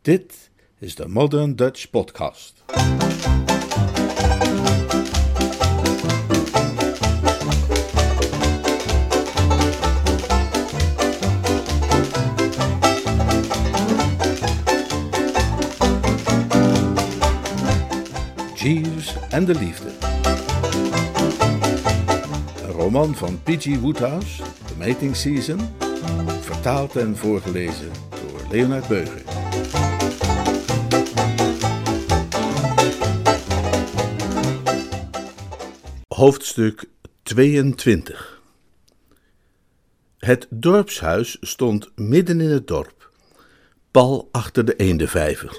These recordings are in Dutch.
Dit is de Modern Dutch Podcast. Jeeves en de liefde. Een roman van P.G. Wodehouse, The Mating Season, vertaald en voorgelezen door Leonard Beuger. Hoofdstuk 22. Het dorpshuis stond midden in het dorp, pal achter de eendenvijver.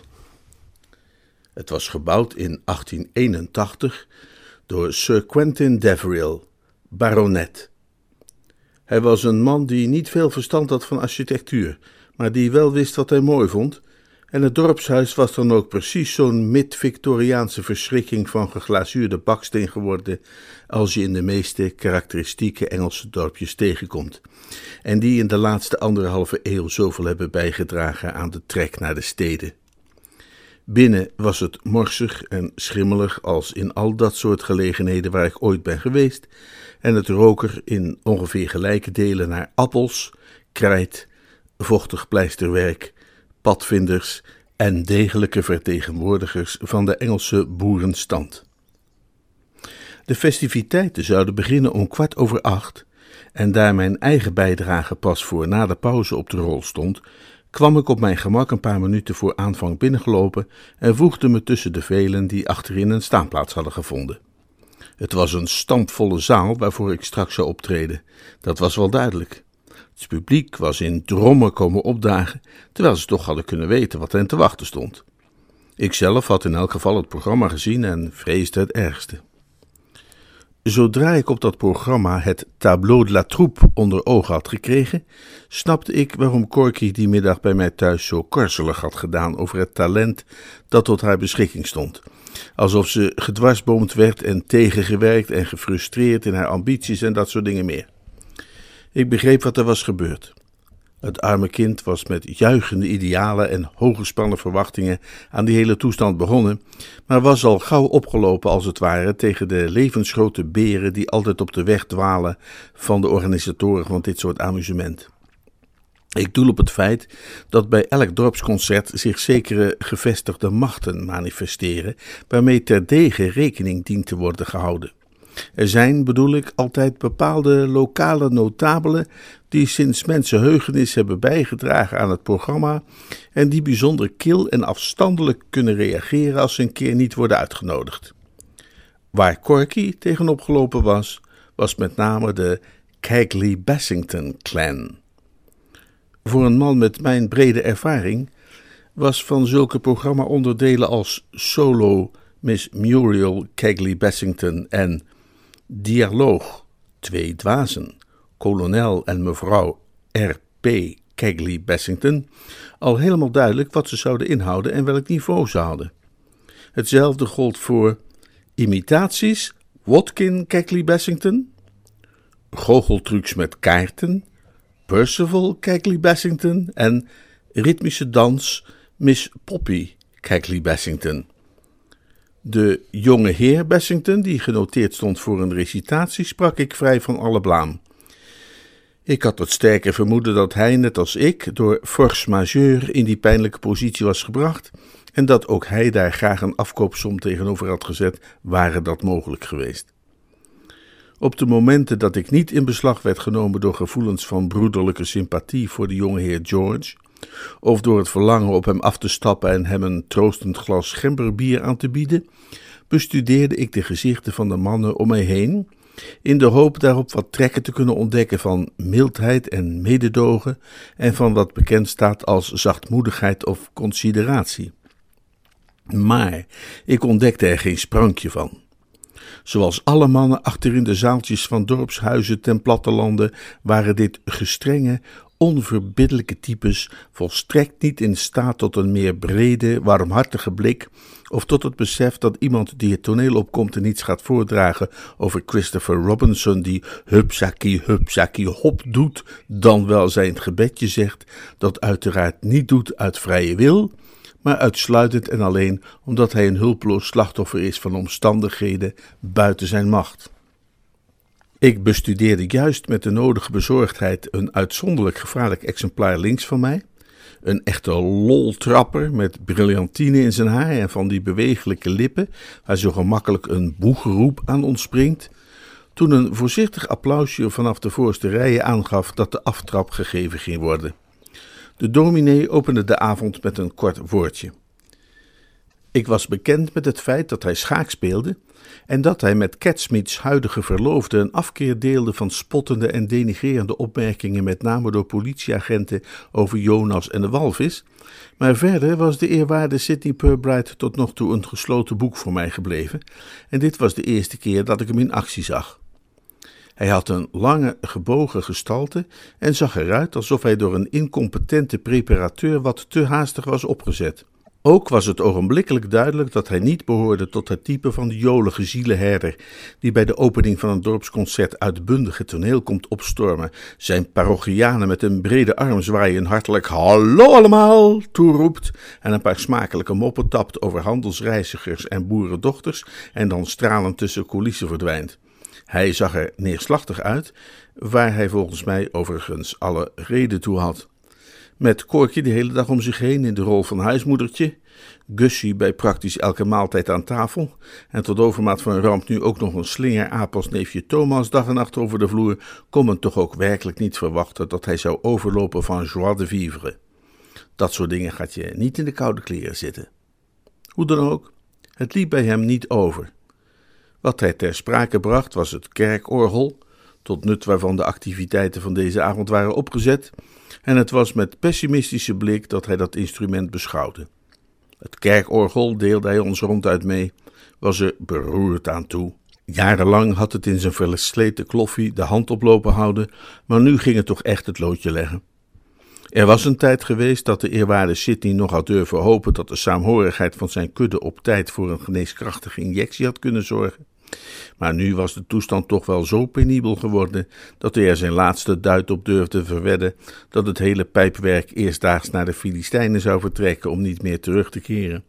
Het was gebouwd in 1881 door Sir Quentin Deverill, baronet. Hij was een man die niet veel verstand had van architectuur, maar die wel wist wat hij mooi vond, en het dorpshuis was dan ook precies zo'n mid-Victoriaanse verschrikking van geglazuurde baksteen geworden als je in de meeste karakteristieke Engelse dorpjes tegenkomt, en die in de laatste 1,5 eeuw zoveel hebben bijgedragen aan de trek naar de steden. Binnen was het morsig en schimmelig als in al dat soort gelegenheden waar ik ooit ben geweest, en het rook er in ongeveer gelijke delen naar appels, krijt, vochtig pleisterwerk, padvinders en degelijke vertegenwoordigers van de Engelse boerenstand. De festiviteiten zouden beginnen om 7:15, en daar mijn eigen bijdrage pas voor na de pauze op de rol stond, kwam ik op mijn gemak een paar minuten voor aanvang binnengelopen en voegde me tussen de velen die achterin een staanplaats hadden gevonden. Het was een stampvolle zaal waarvoor ik straks zou optreden, dat was wel duidelijk. Het publiek was in drommen komen opdagen, terwijl ze toch hadden kunnen weten wat hen te wachten stond. Ikzelf had in elk geval het programma gezien en vreesde het ergste. Zodra ik op dat programma het tableau de la troupe onder ogen had gekregen, snapte ik waarom Corky die middag bij mij thuis zo korzelig had gedaan over het talent dat tot haar beschikking stond. Alsof ze gedwarsboomd werd en tegengewerkt en gefrustreerd in haar ambities en dat soort dingen meer. Ik begreep wat er was gebeurd. Het arme kind was met juichende idealen en hooggespannen verwachtingen aan die hele toestand begonnen, maar was al gauw opgelopen als het ware tegen de levensgrote beren die altijd op de weg dwalen van de organisatoren van dit soort amusement. Ik doel op het feit dat bij elk dorpsconcert zich zekere gevestigde machten manifesteren, waarmee terdege rekening dient te worden gehouden. Er zijn, bedoel ik, altijd bepaalde lokale notabelen die sinds mensenheugenis hebben bijgedragen aan het programma en die bijzonder kil en afstandelijk kunnen reageren als ze een keer niet worden uitgenodigd. Waar Corky tegenop gelopen was met name de Keighley-Bassington-clan. Voor een man met mijn brede ervaring was van zulke programma-onderdelen als Solo, Miss Muriel Keighley-Bassington en Dialoog, 2 dwazen, kolonel en mevrouw R.P. Keighley-Bassington, al helemaal duidelijk wat ze zouden inhouden en welk niveau ze hadden. Hetzelfde gold voor imitaties, Watkin Keighley-Bassington, goocheltrucs met kaarten, Percival Keighley-Bassington en ritmische dans, Miss Poppy Keighley-Bassington. De jonge heer Bassington, die genoteerd stond voor een recitatie, sprak ik vrij van alle blaam. Ik had het sterke vermoeden dat hij, net als ik, door force majeure in die pijnlijke positie was gebracht en dat ook hij daar graag een afkoopsom tegenover had gezet, ware dat mogelijk geweest. Op de momenten dat ik niet in beslag werd genomen door gevoelens van broederlijke sympathie voor de jonge heer George, of door het verlangen op hem af te stappen en hem een troostend glas gemberbier aan te bieden, bestudeerde ik de gezichten van de mannen om mij heen, in de hoop daarop wat trekken te kunnen ontdekken van mildheid en mededogen en van wat bekend staat als zachtmoedigheid of consideratie. Maar ik ontdekte er geen sprankje van. Zoals alle mannen achterin de zaaltjes van dorpshuizen ten plattelanden waren dit gestrenge, onverbiddelijke types volstrekt niet in staat tot een meer brede, warmhartige blik of tot het besef dat iemand die het toneel opkomt en iets gaat voordragen over Christopher Robinson die hupsakkie hop doet, dan wel zijn gebedje zegt, dat uiteraard niet doet uit vrije wil, maar uitsluitend en alleen omdat hij een hulpeloos slachtoffer is van omstandigheden buiten zijn macht. Ik bestudeerde juist met de nodige bezorgdheid een uitzonderlijk gevaarlijk exemplaar links van mij, een echte loltrapper met briljantine in zijn haar en van die bewegelijke lippen waar zo gemakkelijk een boegeroep aan ontspringt, toen een voorzichtig applausje vanaf de voorste rijen aangaf dat de aftrap gegeven ging worden. De dominee opende de avond met een kort woordje. Ik was bekend met het feit dat hij schaak speelde en dat hij met Cat Smiths huidige verloofde een afkeer deelde van spottende en denigrerende opmerkingen, met name door politieagenten, over Jonas en de walvis. Maar verder was de eerwaarde Sidney Pirbright tot nog toe een gesloten boek voor mij gebleven en dit was de eerste keer dat ik hem in actie zag. Hij had een lange, gebogen gestalte en zag eruit alsof hij door een incompetente preparateur wat te haastig was opgezet. Ook was het ogenblikkelijk duidelijk dat hij niet behoorde tot het type van de jolige zielenherder die bij de opening van een dorpsconcert uitbundig het toneel komt opstormen, zijn parochianen met een brede arm zwaaien, een hartelijk hallo allemaal toeroept en een paar smakelijke moppen tapt over handelsreizigers en boerendochters en dan stralend tussen coulissen verdwijnt. Hij zag er neerslachtig uit, waar hij volgens mij overigens alle reden toe had. Met Corky de hele dag om zich heen in de rol van huismoedertje, Gussie bij praktisch elke maaltijd aan tafel en tot overmaat van ramp nu ook nog een slingeraap als neefje Thomas dag en nacht over de vloer, kon men toch ook werkelijk niet verwachten dat hij zou overlopen van joie de vivre. Dat soort dingen gaat je niet in de koude kleren zitten. Hoe dan ook, het liep bij hem niet over. Wat hij ter sprake bracht was het kerkorgel, tot nut waarvan de activiteiten van deze avond waren opgezet, en het was met pessimistische blik dat hij dat instrument beschouwde. Het kerkorgel, deelde hij ons ronduit mee, was er beroerd aan toe. Jarenlang had het in zijn versleten kloffie de hand op lopen houden, maar nu ging het toch echt het loodje leggen. Er was een tijd geweest dat de eerwaarde Sidney nog had durven hopen dat de saamhorigheid van zijn kudde op tijd voor een geneeskrachtige injectie had kunnen zorgen. Maar nu was de toestand toch wel zo penibel geworden dat hij er zijn laatste duit op durfde verwedden dat het hele pijpwerk eerstdaags naar de Filistijnen zou vertrekken om niet meer terug te keren.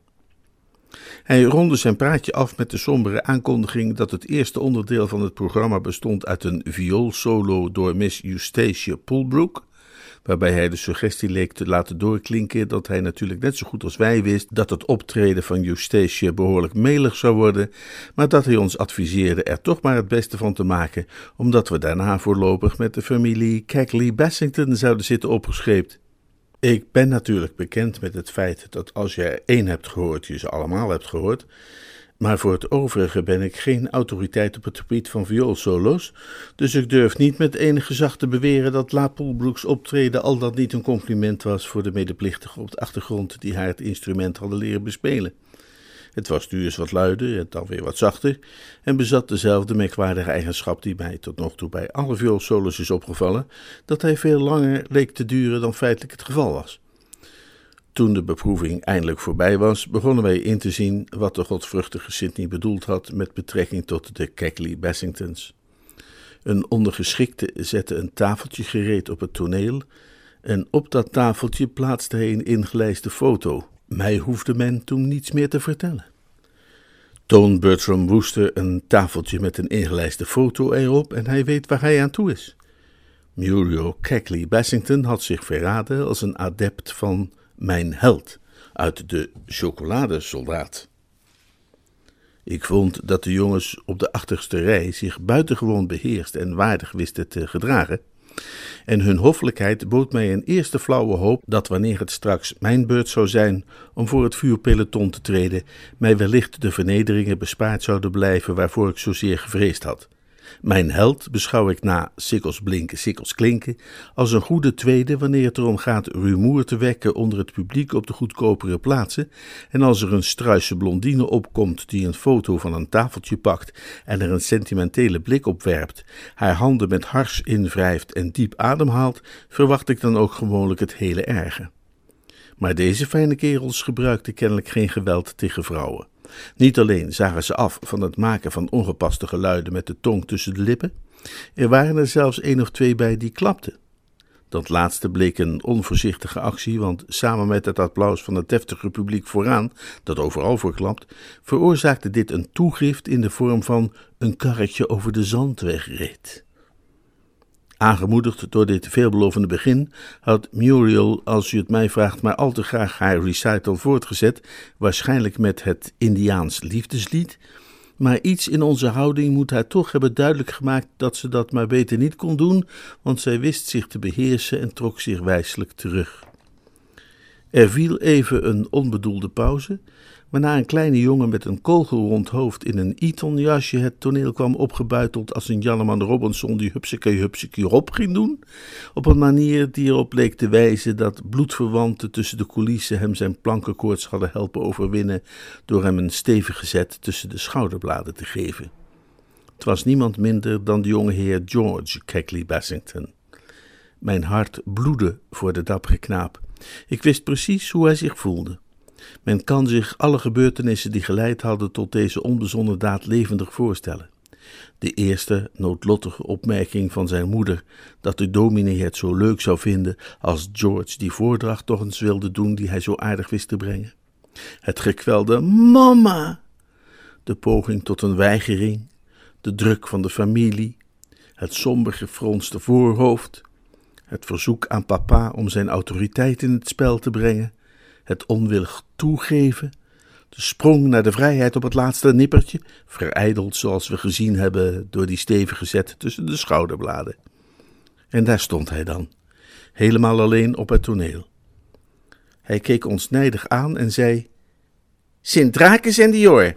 Hij ronde zijn praatje af met de sombere aankondiging dat het eerste onderdeel van het programma bestond uit een vioolsolo door Miss Eustacia Pulbrook, waarbij hij de suggestie leek te laten doorklinken dat hij natuurlijk net zo goed als wij wist dat het optreden van Eustacia behoorlijk melig zou worden, maar dat hij ons adviseerde er toch maar het beste van te maken, omdat we daarna voorlopig met de familie Cagley-Bassington zouden zitten opgescheept. Ik ben natuurlijk bekend met het feit dat als je er één hebt gehoord, je ze allemaal hebt gehoord, maar voor het overige ben ik geen autoriteit op het gebied van vioolsolo's, dus ik durf niet met enig gezag te beweren dat La Pulbrooks optreden al dat niet een compliment was voor de medeplichtigen op de achtergrond die haar het instrument hadden leren bespelen. Het was nu eens wat luider en dan weer wat zachter en bezat dezelfde merkwaardige eigenschap die mij tot nog toe bij alle vioolsolo's is opgevallen, dat hij veel langer leek te duren dan feitelijk het geval was. Toen de beproeving eindelijk voorbij was, begonnen wij in te zien wat de godvruchtige Sidney bedoeld had met betrekking tot de Cagley-Bassingtons. Een ondergeschikte zette een tafeltje gereed op het toneel en op dat tafeltje plaatste hij een ingelijste foto. Mij hoefde men toen niets meer te vertellen. Toon Bertram Wooster een tafeltje met een ingelijste foto erop en hij weet waar hij aan toe is. Muriel Cagley-Bassington had zich verraden als een adept van Mijn Held uit de Chocoladesoldaat. Ik vond dat de jongens op de achterste rij zich buitengewoon beheerst en waardig wisten te gedragen, en hun hoffelijkheid bood mij een eerste flauwe hoop dat wanneer het straks mijn beurt zou zijn om voor het vuurpeloton te treden, mij wellicht de vernederingen bespaard zouden blijven waarvoor ik zozeer gevreesd had. Mijn held beschouw ik na sikkels blinken, sikkels klinken als een goede tweede wanneer het erom gaat rumoer te wekken onder het publiek op de goedkopere plaatsen en als er een struise blondine opkomt die een foto van een tafeltje pakt en er een sentimentele blik op werpt, haar handen met hars invrijft en diep ademhaalt, verwacht ik dan ook gewoonlijk het hele erge. Maar deze fijne kerels gebruikten kennelijk geen geweld tegen vrouwen. Niet alleen zagen ze af van het maken van ongepaste geluiden met de tong tussen de lippen, er waren er zelfs 1 of 2 bij die klapten. Dat laatste bleek een onvoorzichtige actie, want samen met het applaus van het deftige publiek vooraan, dat overal voorklapt, veroorzaakte dit een toegift in de vorm van een karretje over de zandweg reed. Aangemoedigd door dit veelbelovende begin had Muriel, als u het mij vraagt, maar al te graag haar recital voortgezet, waarschijnlijk met het Indiaans liefdeslied, maar iets in onze houding moet haar toch hebben duidelijk gemaakt dat ze dat maar beter niet kon doen, want zij wist zich te beheersen en trok zich wijselijk terug. Er viel even een onbedoelde pauze, waarna een kleine jongen met een kogelrond hoofd in een Eton-jasje het toneel kwam opgebuiteld als een Janneman Robinson die hupsakee hop ging doen, op een manier die erop leek te wijzen dat bloedverwanten tussen de coulissen hem zijn plankenkoorts hadden helpen overwinnen door hem een stevige zet tussen de schouderbladen te geven. Het was niemand minder dan de jonge heer George Kegley Bassington. Mijn hart bloedde voor de dappere knaap. Ik wist precies hoe hij zich voelde. Men kan zich alle gebeurtenissen die geleid hadden tot deze onbezonnen daad levendig voorstellen. De eerste noodlottige opmerking van zijn moeder dat de dominee het zo leuk zou vinden als George die voordracht toch eens wilde doen die hij zo aardig wist te brengen. Het gekwelde mama, de poging tot een weigering, de druk van de familie, het somber gefronste voorhoofd, het verzoek aan papa om zijn autoriteit in het spel te brengen, het onwillig toegeven, de sprong naar de vrijheid op het laatste nippertje, verijdeld zoals we gezien hebben door die stevige zet tussen de schouderbladen. En daar stond hij dan, helemaal alleen op het toneel. Hij keek ons nijdig aan en zei: Sint Drakes en Dior.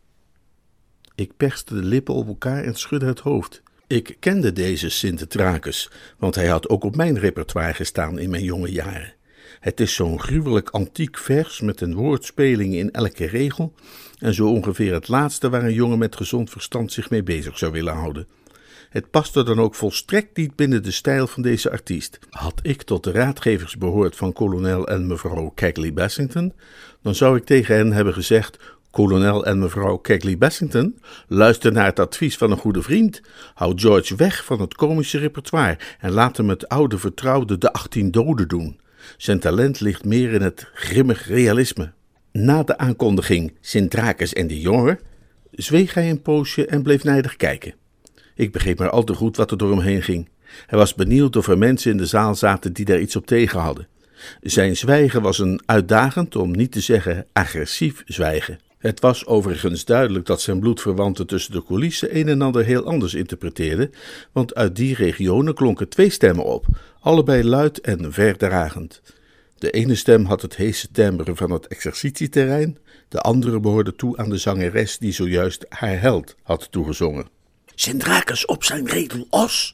Ik perste de lippen op elkaar en schudde het hoofd. Ik kende deze Sint Drakes, want hij had ook op mijn repertoire gestaan in mijn jonge jaren. Het is zo'n gruwelijk antiek vers met een woordspeling in elke regel en zo ongeveer het laatste waar een jongen met gezond verstand zich mee bezig zou willen houden. Het paste dan ook volstrekt niet binnen de stijl van deze artiest. Had ik tot de raadgevers behoord van kolonel en mevrouw Kegley Bassington, dan zou ik tegen hen hebben gezegd: Kolonel en mevrouw Kegley Bassington, luister naar het advies van een goede vriend. Hou George weg van het komische repertoire en laat hem het oude vertrouwde De 18 Doden doen. Zijn talent ligt meer in het grimmig realisme. Na de aankondiging Sint Drakes en Dior zweeg hij een poosje en bleef nijdig kijken. Ik begreep maar al te goed wat er door hem heen ging. Hij was benieuwd of er mensen in de zaal zaten die daar iets op tegen hadden. Zijn zwijgen was een uitdagend, om niet te zeggen agressief zwijgen. Het was overigens duidelijk dat zijn bloedverwanten tussen de coulissen een en ander heel anders interpreteerden, want uit die regionen klonken 2 stemmen op, allebei luid en verdragend. De ene stem had het heese timbre van het exercitieterrein, de andere behoorde toe aan de zangeres die zojuist haar held had toegezongen. Sint Drakes op zijn redel os?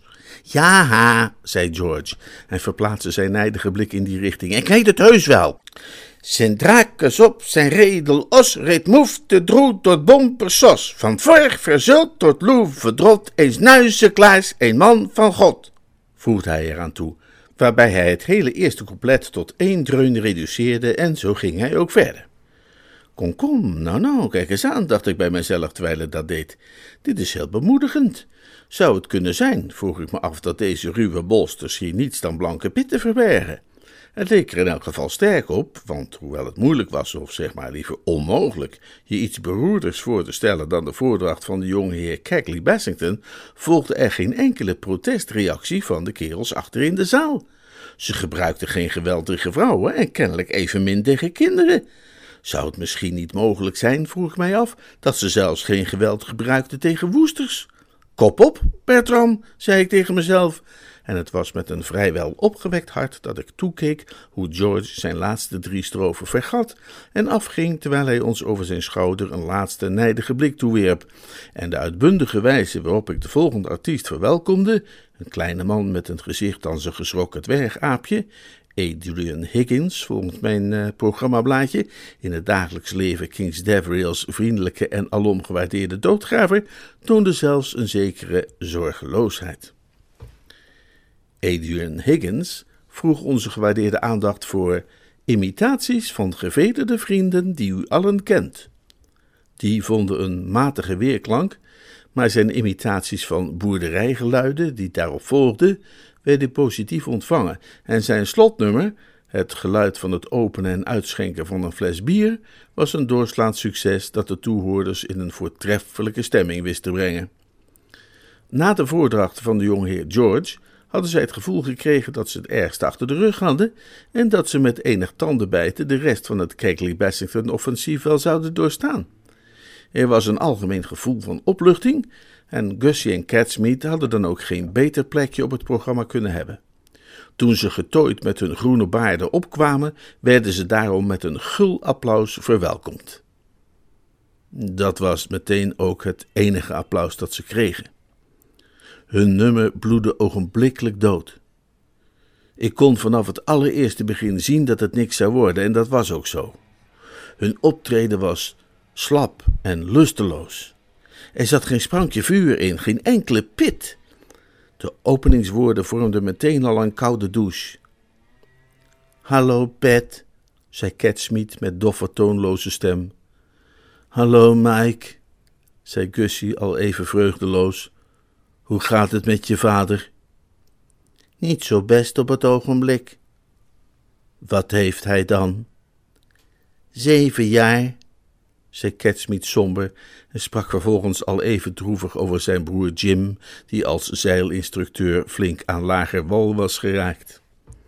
Ja, zei George en verplaatste zijn nijdige blik in die richting. Ik weet het heus wel. Sint Drakes op zijn redel os reed moef te droe tot bompersos, van vorg verzult tot loe verdrot, eens nuise klaas, een man van God, voegde hij eraan toe, waarbij hij het hele eerste couplet tot 1 dreun reduceerde en zo ging hij ook verder. Kom, nou, kijk eens aan, dacht ik bij mezelf terwijl hij dat deed. Dit is heel bemoedigend. Zou het kunnen zijn, vroeg ik me af, dat deze ruwe bolsters hier niets dan blanke pitten verbergen? Het leek er in elk geval sterk op, want hoewel het moeilijk was, of zeg maar liever onmogelijk, je iets beroerders voor te stellen dan de voordracht van de jonge heer Kegley Bassington, volgde er geen enkele protestreactie van de kerels achter in de zaal. Ze gebruikten geen geweld tegen vrouwen en kennelijk evenmin tegen kinderen. Zou het misschien niet mogelijk zijn, vroeg ik mij af, dat ze zelfs geen geweld gebruikten tegen woesters? Kop op, Bertram, zei ik tegen mezelf. En het was met een vrijwel opgewekt hart dat ik toekeek hoe George zijn laatste 3 strofen vergat en afging terwijl hij ons over zijn schouder een laatste nijdige blik toewierp. En de uitbundige wijze waarop ik de volgende artiest verwelkomde, een kleine man met een gezicht als een geschrokken dwergaapje, Adrian Higgins, volgens mijn programmablaadje, in het dagelijks leven Kings Davriel's vriendelijke en alom gewaardeerde doodgraver, toonde zelfs een zekere zorgeloosheid. Adrian Higgins vroeg onze gewaardeerde aandacht voor imitaties van gevederde vrienden die u allen kent. Die vonden een matige weerklank, maar zijn imitaties van boerderijgeluiden die daarop volgden, werd hij positief ontvangen en zijn slotnummer, het geluid van het openen en uitschenken van een fles bier, was een doorslaand succes dat de toehoorders in een voortreffelijke stemming wist te brengen. Na de voordracht van de jongeheer George hadden zij het gevoel gekregen dat ze het ergste achter de rug hadden en dat ze met enig tandenbijten de rest van het Keighley-Bassington-offensief wel zouden doorstaan. Er was een algemeen gevoel van opluchting en Gussie en Catsmeet hadden dan ook geen beter plekje op het programma kunnen hebben. Toen ze getooid met hun groene baarden opkwamen, werden ze daarom met een gul applaus verwelkomd. Dat was meteen ook het enige applaus dat ze kregen. Hun nummer bloedde ogenblikkelijk dood. Ik kon vanaf het allereerste begin zien dat het niks zou worden en dat was ook zo. Hun optreden was slap en lusteloos. Er zat geen sprankje vuur in, geen enkele pit. De openingswoorden vormden meteen al een koude douche. Hallo Pat, zei Catsmeet met doffe toonloze stem. Hallo Mike, zei Gussie al even vreugdeloos. Hoe gaat het met je vader? Niet zo best op het ogenblik. Wat heeft hij dan? 7 jaar, zei Catsmeet somber en sprak vervolgens al even droevig over zijn broer Jim, die als zeilinstructeur flink aan lager wal was geraakt.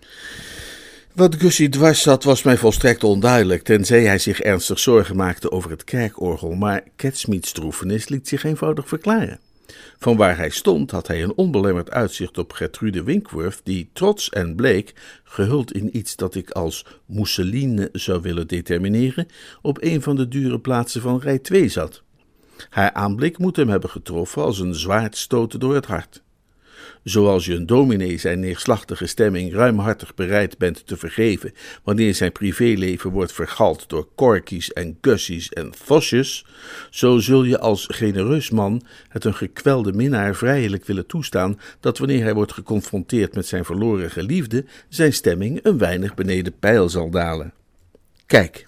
Wat Gussie dwars zat was mij volstrekt onduidelijk, tenzij hij zich ernstig zorgen maakte over het kerkorgel, maar Catsmeets droefenis liet zich eenvoudig verklaren. Van waar hij stond had hij een onbelemmerd uitzicht op Gertrude Winkworth, die trots en bleek, gehuld in iets dat ik als mousseline zou willen determineren, op een van de dure plaatsen van rij 2 zat. Haar aanblik moet hem hebben getroffen als een zwaardstoot door het hart. Zoals je een dominee zijn neerslachtige stemming ruimhartig bereid bent te vergeven wanneer zijn privéleven wordt vergald door Corkies en Gussies en Vosjes, zo zul je als genereus man het een gekwelde minnaar vrijelijk willen toestaan dat wanneer hij wordt geconfronteerd met zijn verloren geliefde, zijn stemming een weinig beneden peil zal dalen. Kijk,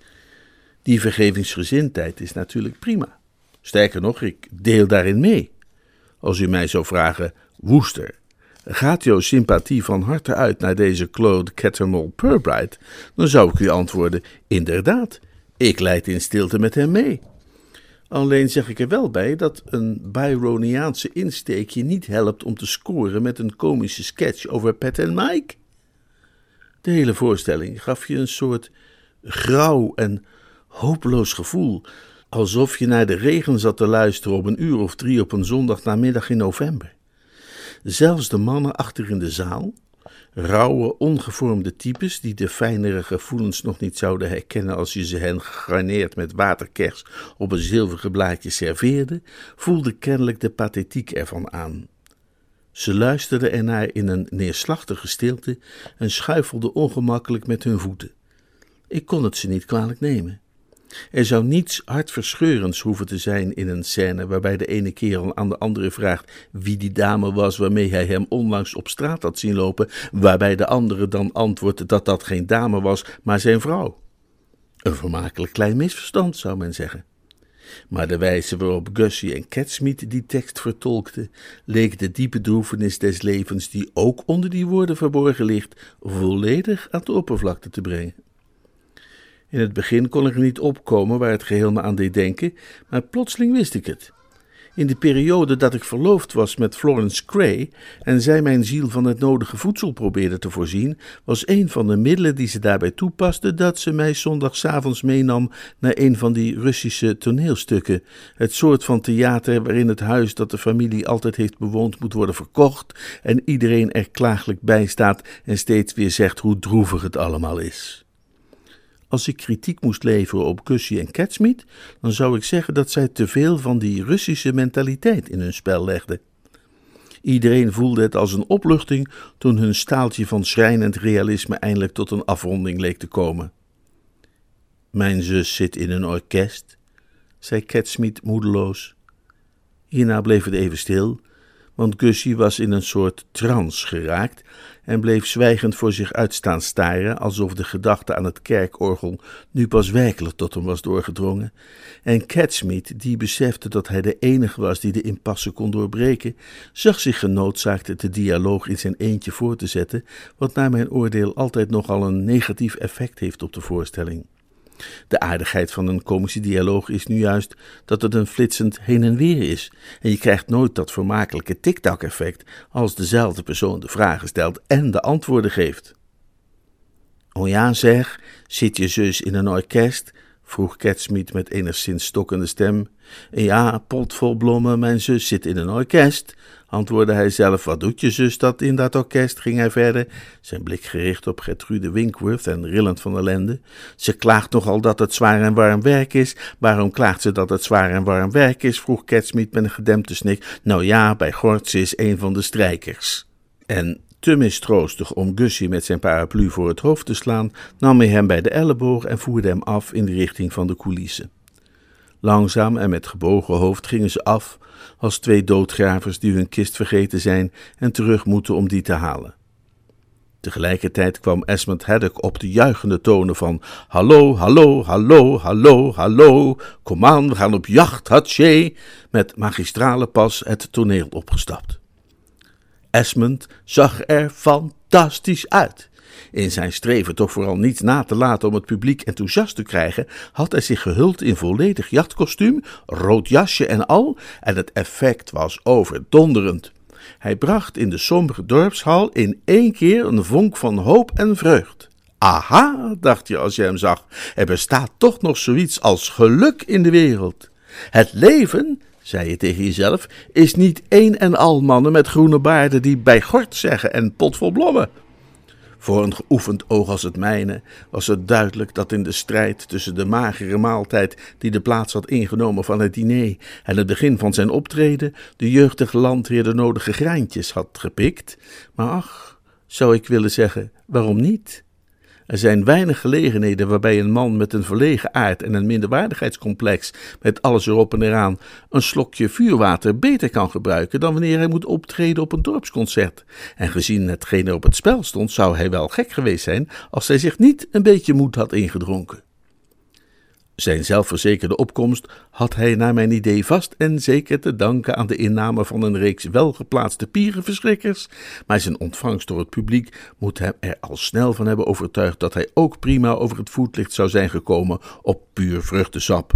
die vergevingsgezindheid is natuurlijk prima. Sterker nog, ik deel daarin mee. Als u mij zou vragen, Woester, gaat jouw sympathie van harte uit naar deze Claude Cattermole Purbright, dan zou ik u antwoorden, inderdaad, ik lijd in stilte met hem mee. Alleen zeg ik er wel bij dat een Byroniaanse insteek je niet helpt om te scoren met een komische sketch over Pat en Mike. De hele voorstelling gaf je een soort grauw en hopeloos gevoel, alsof je naar de regen zat te luisteren op 1 uur of 3 op een zondagnamiddag in november. Zelfs de mannen achter in de zaal, rauwe, ongevormde types die de fijnere gevoelens nog niet zouden herkennen als je ze hen gegarneerd met waterkers op een zilveren blaadje serveerde, voelden kennelijk de pathetiek ervan aan. Ze luisterden ernaar in een neerslachtige stilte en schuifelden ongemakkelijk met hun voeten. Ik kon het ze niet kwalijk nemen. Er zou niets hartverscheurends hoeven te zijn in een scène waarbij de ene kerel aan de andere vraagt wie die dame was waarmee hij hem onlangs op straat had zien lopen, waarbij de andere dan antwoordt dat dat geen dame was, maar zijn vrouw. Een vermakelijk klein misverstand, zou men zeggen. Maar de wijze waarop Gussie en Catsmeet die tekst vertolkten, leek de diepe droefenis des levens die ook onder die woorden verborgen ligt, volledig aan de oppervlakte te brengen. In het begin kon ik er niet opkomen waar het geheel me aan deed denken, maar plotseling wist ik het. In de periode dat ik verloofd was met Florence Cray en zij mijn ziel van het nodige voedsel probeerde te voorzien, was een van de middelen die ze daarbij toepaste dat ze mij zondagsavonds meenam naar een van die Russische toneelstukken, het soort van theater waarin het huis dat de familie altijd heeft bewoond moet worden verkocht en iedereen er klagelijk bij staat en steeds weer zegt hoe droevig het allemaal is. Als ik kritiek moest leveren op Gussie en Catsmeet, dan zou ik zeggen dat zij te veel van die Russische mentaliteit in hun spel legden. Iedereen voelde het als een opluchting toen hun staaltje van schrijnend realisme eindelijk tot een afronding leek te komen. Mijn zus zit in een orkest, zei Catsmeet moedeloos. Hierna bleef het even stil, want Gussie was in een soort trance geraakt en bleef zwijgend voor zich uit staan staren, alsof de gedachte aan het kerkorgel nu pas werkelijk tot hem was doorgedrongen. En Catsmeet, die besefte dat hij de enige was die de impasse kon doorbreken, zag zich genoodzaakt de dialoog in zijn eentje voor te zetten, wat naar mijn oordeel altijd nogal een negatief effect heeft op de voorstelling. De aardigheid van een komische dialoog is nu juist dat het een flitsend heen en weer is. En je krijgt nooit dat vermakelijke tik-tak-effect als dezelfde persoon de vragen stelt en de antwoorden geeft. O ja zeg, zit je zus in een orkest? Vroeg Catsmeet met enigszins stokkende stem. Ja, potvol blommen, mijn zus zit in een orkest, antwoordde hij zelf. Wat doet je zus dat in dat orkest, ging hij verder, zijn blik gericht op Gertrude Winkworth en rillend van ellende. Ze klaagt nogal dat het zwaar en warm werk is. Waarom klaagt ze dat het zwaar en warm werk is, vroeg Catsmeet met een gedempte snik. Nou ja, bij Gort, ze is een van de strijkers. En te mistroostig om Gussie met zijn paraplu voor het hoofd te slaan, nam hij hem bij de elleboog en voerde hem af in de richting van de coulissen. Langzaam en met gebogen hoofd gingen ze af, als twee doodgravers die hun kist vergeten zijn en terug moeten om die te halen. Tegelijkertijd kwam Esmond Haddock op de juichende tonen van hallo, hallo, hallo, hallo, hallo, kom aan, we gaan op jacht, hatsje, met magistrale pas het toneel opgestapt. Esmond zag er fantastisch uit. In zijn streven toch vooral niets na te laten om het publiek enthousiast te krijgen, had hij zich gehuld in volledig jachtkostuum, rood jasje en al, en het effect was overdonderend. Hij bracht in de sombere dorpshal in één keer een vonk van hoop en vreugd. Aha, dacht je als je hem zag, er bestaat toch nog zoiets als geluk in de wereld. Het leven, zei je tegen jezelf, is niet een en al mannen met groene baarden die bij Gort zeggen en potvol blommen. Voor een geoefend oog als het mijne was het duidelijk dat in de strijd tussen de magere maaltijd die de plaats had ingenomen van het diner en het begin van zijn optreden de jeugdige landheer de nodige graantjes had gepikt. Maar ach, zou ik willen zeggen, waarom niet? Er zijn weinig gelegenheden waarbij een man met een verlegen aard en een minderwaardigheidscomplex met alles erop en eraan een slokje vuurwater beter kan gebruiken dan wanneer hij moet optreden op een dorpsconcert. En gezien hetgeen er op het spel stond, zou hij wel gek geweest zijn als hij zich niet een beetje moed had ingedronken. Zijn zelfverzekerde opkomst had hij naar mijn idee vast en zeker te danken aan de inname van een reeks welgeplaatste pierenverschrikkers, maar zijn ontvangst door het publiek moet hem er al snel van hebben overtuigd dat hij ook prima over het voetlicht zou zijn gekomen op puur vruchtensap.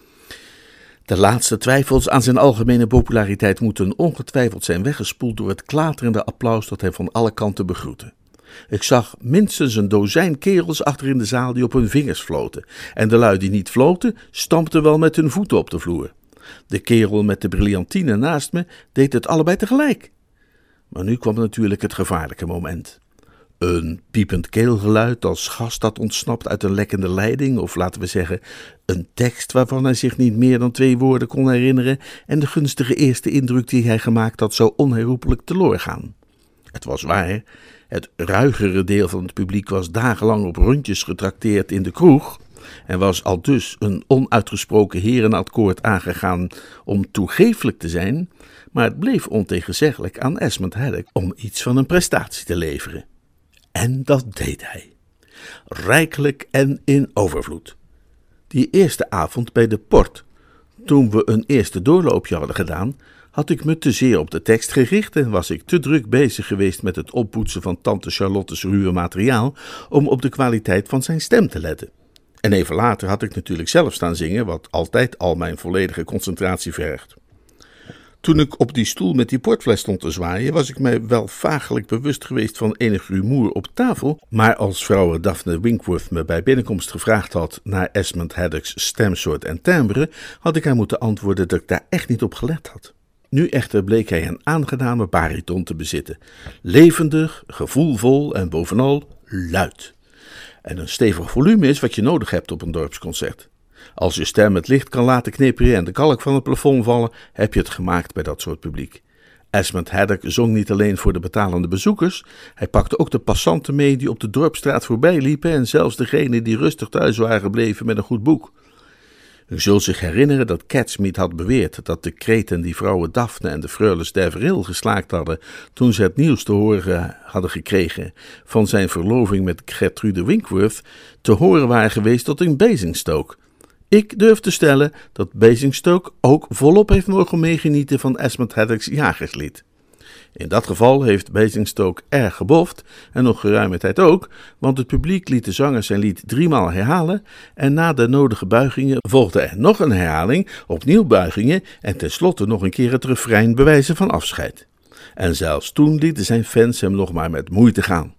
De laatste twijfels aan zijn algemene populariteit moeten ongetwijfeld zijn weggespoeld door het klaterende applaus dat hij van alle kanten begroette. Ik zag minstens een dozijn kerels achter in de zaal die op hun vingers floten, en de lui die niet floten, stampten wel met hun voeten op de vloer. De kerel met de brillantine naast me deed het allebei tegelijk. Maar nu kwam natuurlijk het gevaarlijke moment. Een piepend keelgeluid als gas dat ontsnapt uit een lekkende leiding, of laten we zeggen, een tekst waarvan hij zich niet meer dan 2 woorden kon herinneren, en de gunstige eerste indruk die hij gemaakt had zou onherroepelijk teloor gaan. Het was waar. Het ruigere deel van het publiek was dagenlang op rondjes getrakteerd in de kroeg en was aldus een onuitgesproken herenakkoord aangegaan om toegeeflijk te zijn, maar het bleef ontegenzeggelijk aan Esmond Haddock om iets van een prestatie te leveren. En dat deed hij. Rijkelijk en in overvloed. Die eerste avond bij de Port, toen we een eerste doorloopje hadden gedaan, had ik me te zeer op de tekst gericht en was ik te druk bezig geweest met het oppoetsen van tante Charlotte's ruwe materiaal om op de kwaliteit van zijn stem te letten. En even later had ik natuurlijk zelf staan zingen, wat altijd al mijn volledige concentratie vergt. Toen ik op die stoel met die portfles stond te zwaaien, was ik mij wel vagelijk bewust geweest van enig rumoer op tafel, maar als vrouw Daphne Winkworth me bij binnenkomst gevraagd had naar Esmond Haddock's stemsoort en timbre, had ik haar moeten antwoorden dat ik daar echt niet op gelet had. Nu echter bleek hij een aangename bariton te bezitten. Levendig, gevoelvol en bovenal luid. En een stevig volume is wat je nodig hebt op een dorpsconcert. Als je stem het licht kan laten knipperen en de kalk van het plafond vallen, heb je het gemaakt bij dat soort publiek. Esmond Haddock zong niet alleen voor de betalende bezoekers, hij pakte ook de passanten mee die op de dorpsstraat voorbij liepen en zelfs degenen die rustig thuis waren gebleven met een goed boek. U zult zich herinneren dat Catsmeet had beweerd dat de kreten die vrouwen Daphne en de freules d'Avril geslaakt hadden toen ze het nieuws te horen hadden gekregen van zijn verloving met Gertrude Winkworth te horen waren geweest tot in Basingstoke. Ik durf te stellen dat Basingstoke ook volop heeft mogen meegenieten van Esmond Haddock's jagerslied. In dat geval heeft Basingstoke erg geboft, en nog geruime tijd ook, want het publiek liet de zanger zijn lied 3 maal herhalen en na de nodige buigingen volgde er nog een herhaling, opnieuw buigingen en tenslotte nog een keer het refrein bewijzen van afscheid. En zelfs toen lieten zijn fans hem nog maar met moeite gaan.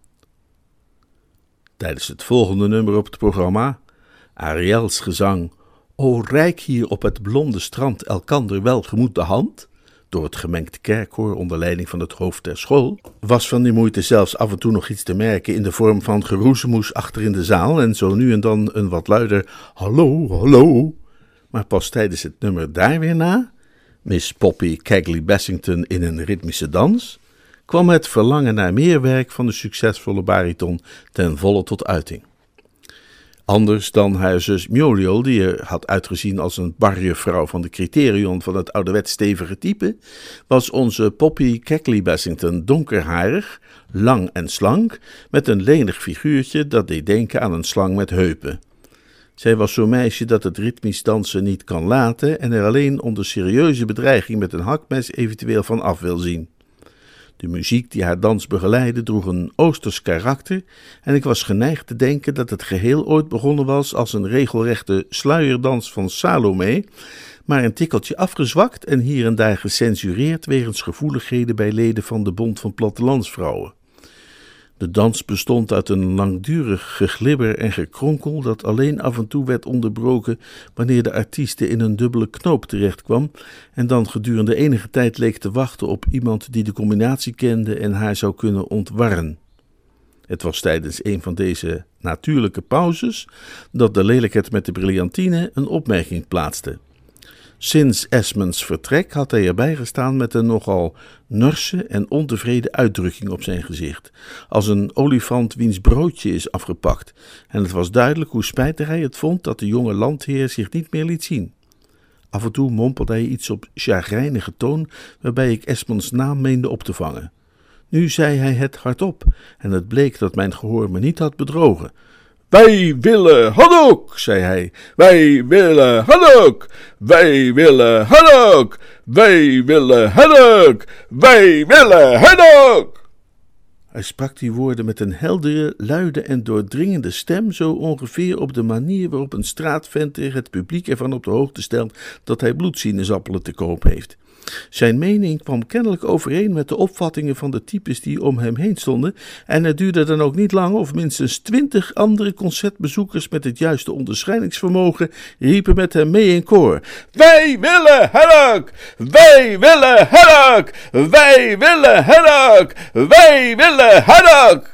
Tijdens het volgende nummer op het programma, Ariel's gezang O reik hier op het blonde strand elkander welgemoed de hand, door het gemengd kerkkoor onder leiding van het hoofd der school, was van die moeite zelfs af en toe nog iets te merken in de vorm van geroezemoes achter in de zaal en zo nu en dan een wat luider hallo, hallo. Maar pas tijdens het nummer daar weer na, Miss Poppy Cagley Bassington in een ritmische dans, kwam het verlangen naar meer werk van de succesvolle bariton ten volle tot uiting. Anders dan haar zus Muriel, die er had uitgezien als een barjevrouw van de criterion van het ouderwets stevige type, was onze Poppy Cagley Bassington donkerharig, lang en slank, met een lenig figuurtje dat deed denken aan een slang met heupen. Zij was zo'n meisje dat het ritmisch dansen niet kan laten en er alleen onder serieuze bedreiging met een hakmes eventueel van af wil zien. De muziek die haar dans begeleidde droeg een oosters karakter en ik was geneigd te denken dat het geheel ooit begonnen was als een regelrechte sluierdans van Salome, maar een tikkeltje afgezwakt en hier en daar gecensureerd wegens gevoeligheden bij leden van de Bond van Plattelandsvrouwen. De dans bestond uit een langdurig geglibber en gekronkel dat alleen af en toe werd onderbroken wanneer de artieste in een dubbele knoop terechtkwam en dan gedurende enige tijd leek te wachten op iemand die de combinatie kende en haar zou kunnen ontwarren. Het was tijdens een van deze natuurlijke pauzes dat de lelijkheid met de brillantine een opmerking plaatste. Sinds Esmonds vertrek had hij erbij gestaan met een nogal norse en ontevreden uitdrukking op zijn gezicht, als een olifant wiens broodje is afgepakt, en het was duidelijk hoe spijtig hij het vond dat de jonge landheer zich niet meer liet zien. Af en toe mompelde hij iets op chagrijnige toon, waarbij ik Esmonds naam meende op te vangen. Nu zei hij het hardop, en het bleek dat mijn gehoor me niet had bedrogen. Wij willen Haddock, zei hij. Wij willen Haddock. Wij willen Haddock. Wij willen Haddock. Wij willen Haddock. Hij sprak die woorden met een heldere, luide en doordringende stem, zo ongeveer op de manier waarop een straatventer het publiek ervan op de hoogte stelt dat hij bloedsinaasappelen te koop heeft. Zijn mening kwam kennelijk overeen met de opvattingen van de types die om hem heen stonden en het duurde dan ook niet lang of minstens 20 andere concertbezoekers met het juiste onderscheidingsvermogen riepen met hem mee in koor. Wij willen Haddock! Wij willen Haddock! Wij willen Haddock! Wij willen Haddock!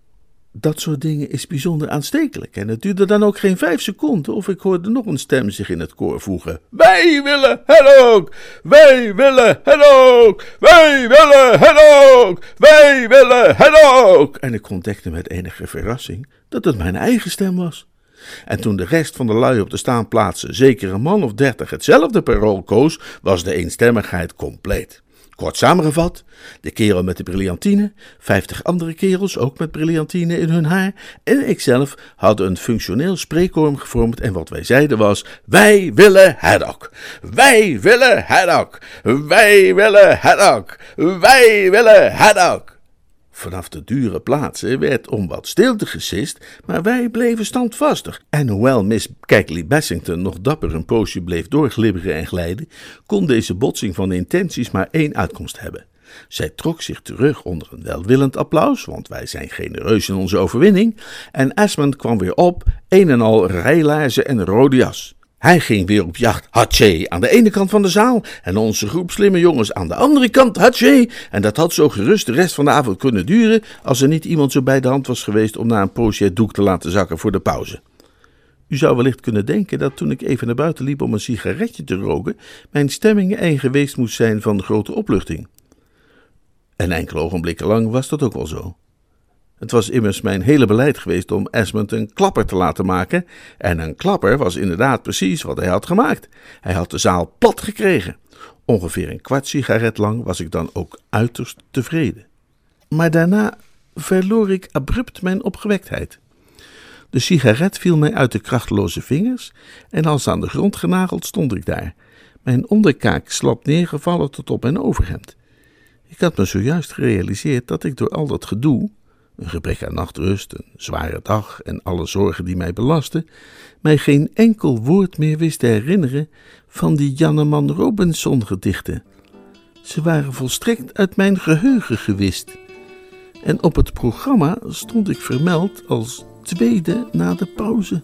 Dat soort dingen is bijzonder aanstekelijk en het duurde dan ook geen 5 seconden of ik hoorde nog een stem zich in het koor voegen. Wij willen Haddock! Wij willen Haddock! Wij willen Haddock! Wij willen Haddock! En ik ontdekte met enige verrassing dat het mijn eigen stem was. En toen de rest van de lui op de staanplaatsen, zeker een man of 30, hetzelfde parool koos, was de eenstemmigheid compleet. Kort samengevat, de kerel met de brillantine, 50 andere kerels, ook met brillantine in hun haar, en ikzelf hadden een functioneel spreekkoor gevormd en wat wij zeiden was, wij willen Haddock, wij willen Haddock, wij willen Haddock, wij willen Haddock. Vanaf de dure plaatsen werd om wat stilte gesist, maar wij bleven standvastig. En hoewel Miss Cagley Bassington nog dapper een poosje bleef doorglibberen en glijden, kon deze botsing van intenties maar 1 uitkomst hebben. Zij trok zich terug onder een welwillend applaus, want wij zijn genereus in onze overwinning, en Esmond kwam weer op, een en al rijlaarzen en rode jas. Hij ging weer op jacht, hatsé, aan de ene kant van de zaal en onze groep slimme jongens aan de andere kant, hatsé. En dat had zo gerust de rest van de avond kunnen duren als er niet iemand zo bij de hand was geweest om na een poosje het doek te laten zakken voor de pauze. U zou wellicht kunnen denken dat toen ik even naar buiten liep om een sigaretje te roken, mijn stemming eigen geweest moest zijn van grote opluchting. En enkele ogenblikken lang was dat ook wel zo. Het was immers mijn hele beleid geweest om Esmond een klapper te laten maken, en een klapper was inderdaad precies wat hij had gemaakt. Hij had de zaal plat gekregen. Ongeveer een kwart sigaret lang was ik dan ook uiterst tevreden. Maar daarna verloor ik abrupt mijn opgewektheid. De sigaret viel mij uit de krachteloze vingers en als aan de grond genageld stond ik daar, mijn onderkaak slap neergevallen tot op mijn overhemd. Ik had me zojuist gerealiseerd dat ik door al dat gedoe, een gebrek aan nachtrust, een zware dag en alle zorgen die mij belasten, mij geen enkel woord meer wist te herinneren van die Janneman Robinson gedichten. Ze waren volstrekt uit mijn geheugen gewist. En op het programma stond ik vermeld als tweede na de pauze.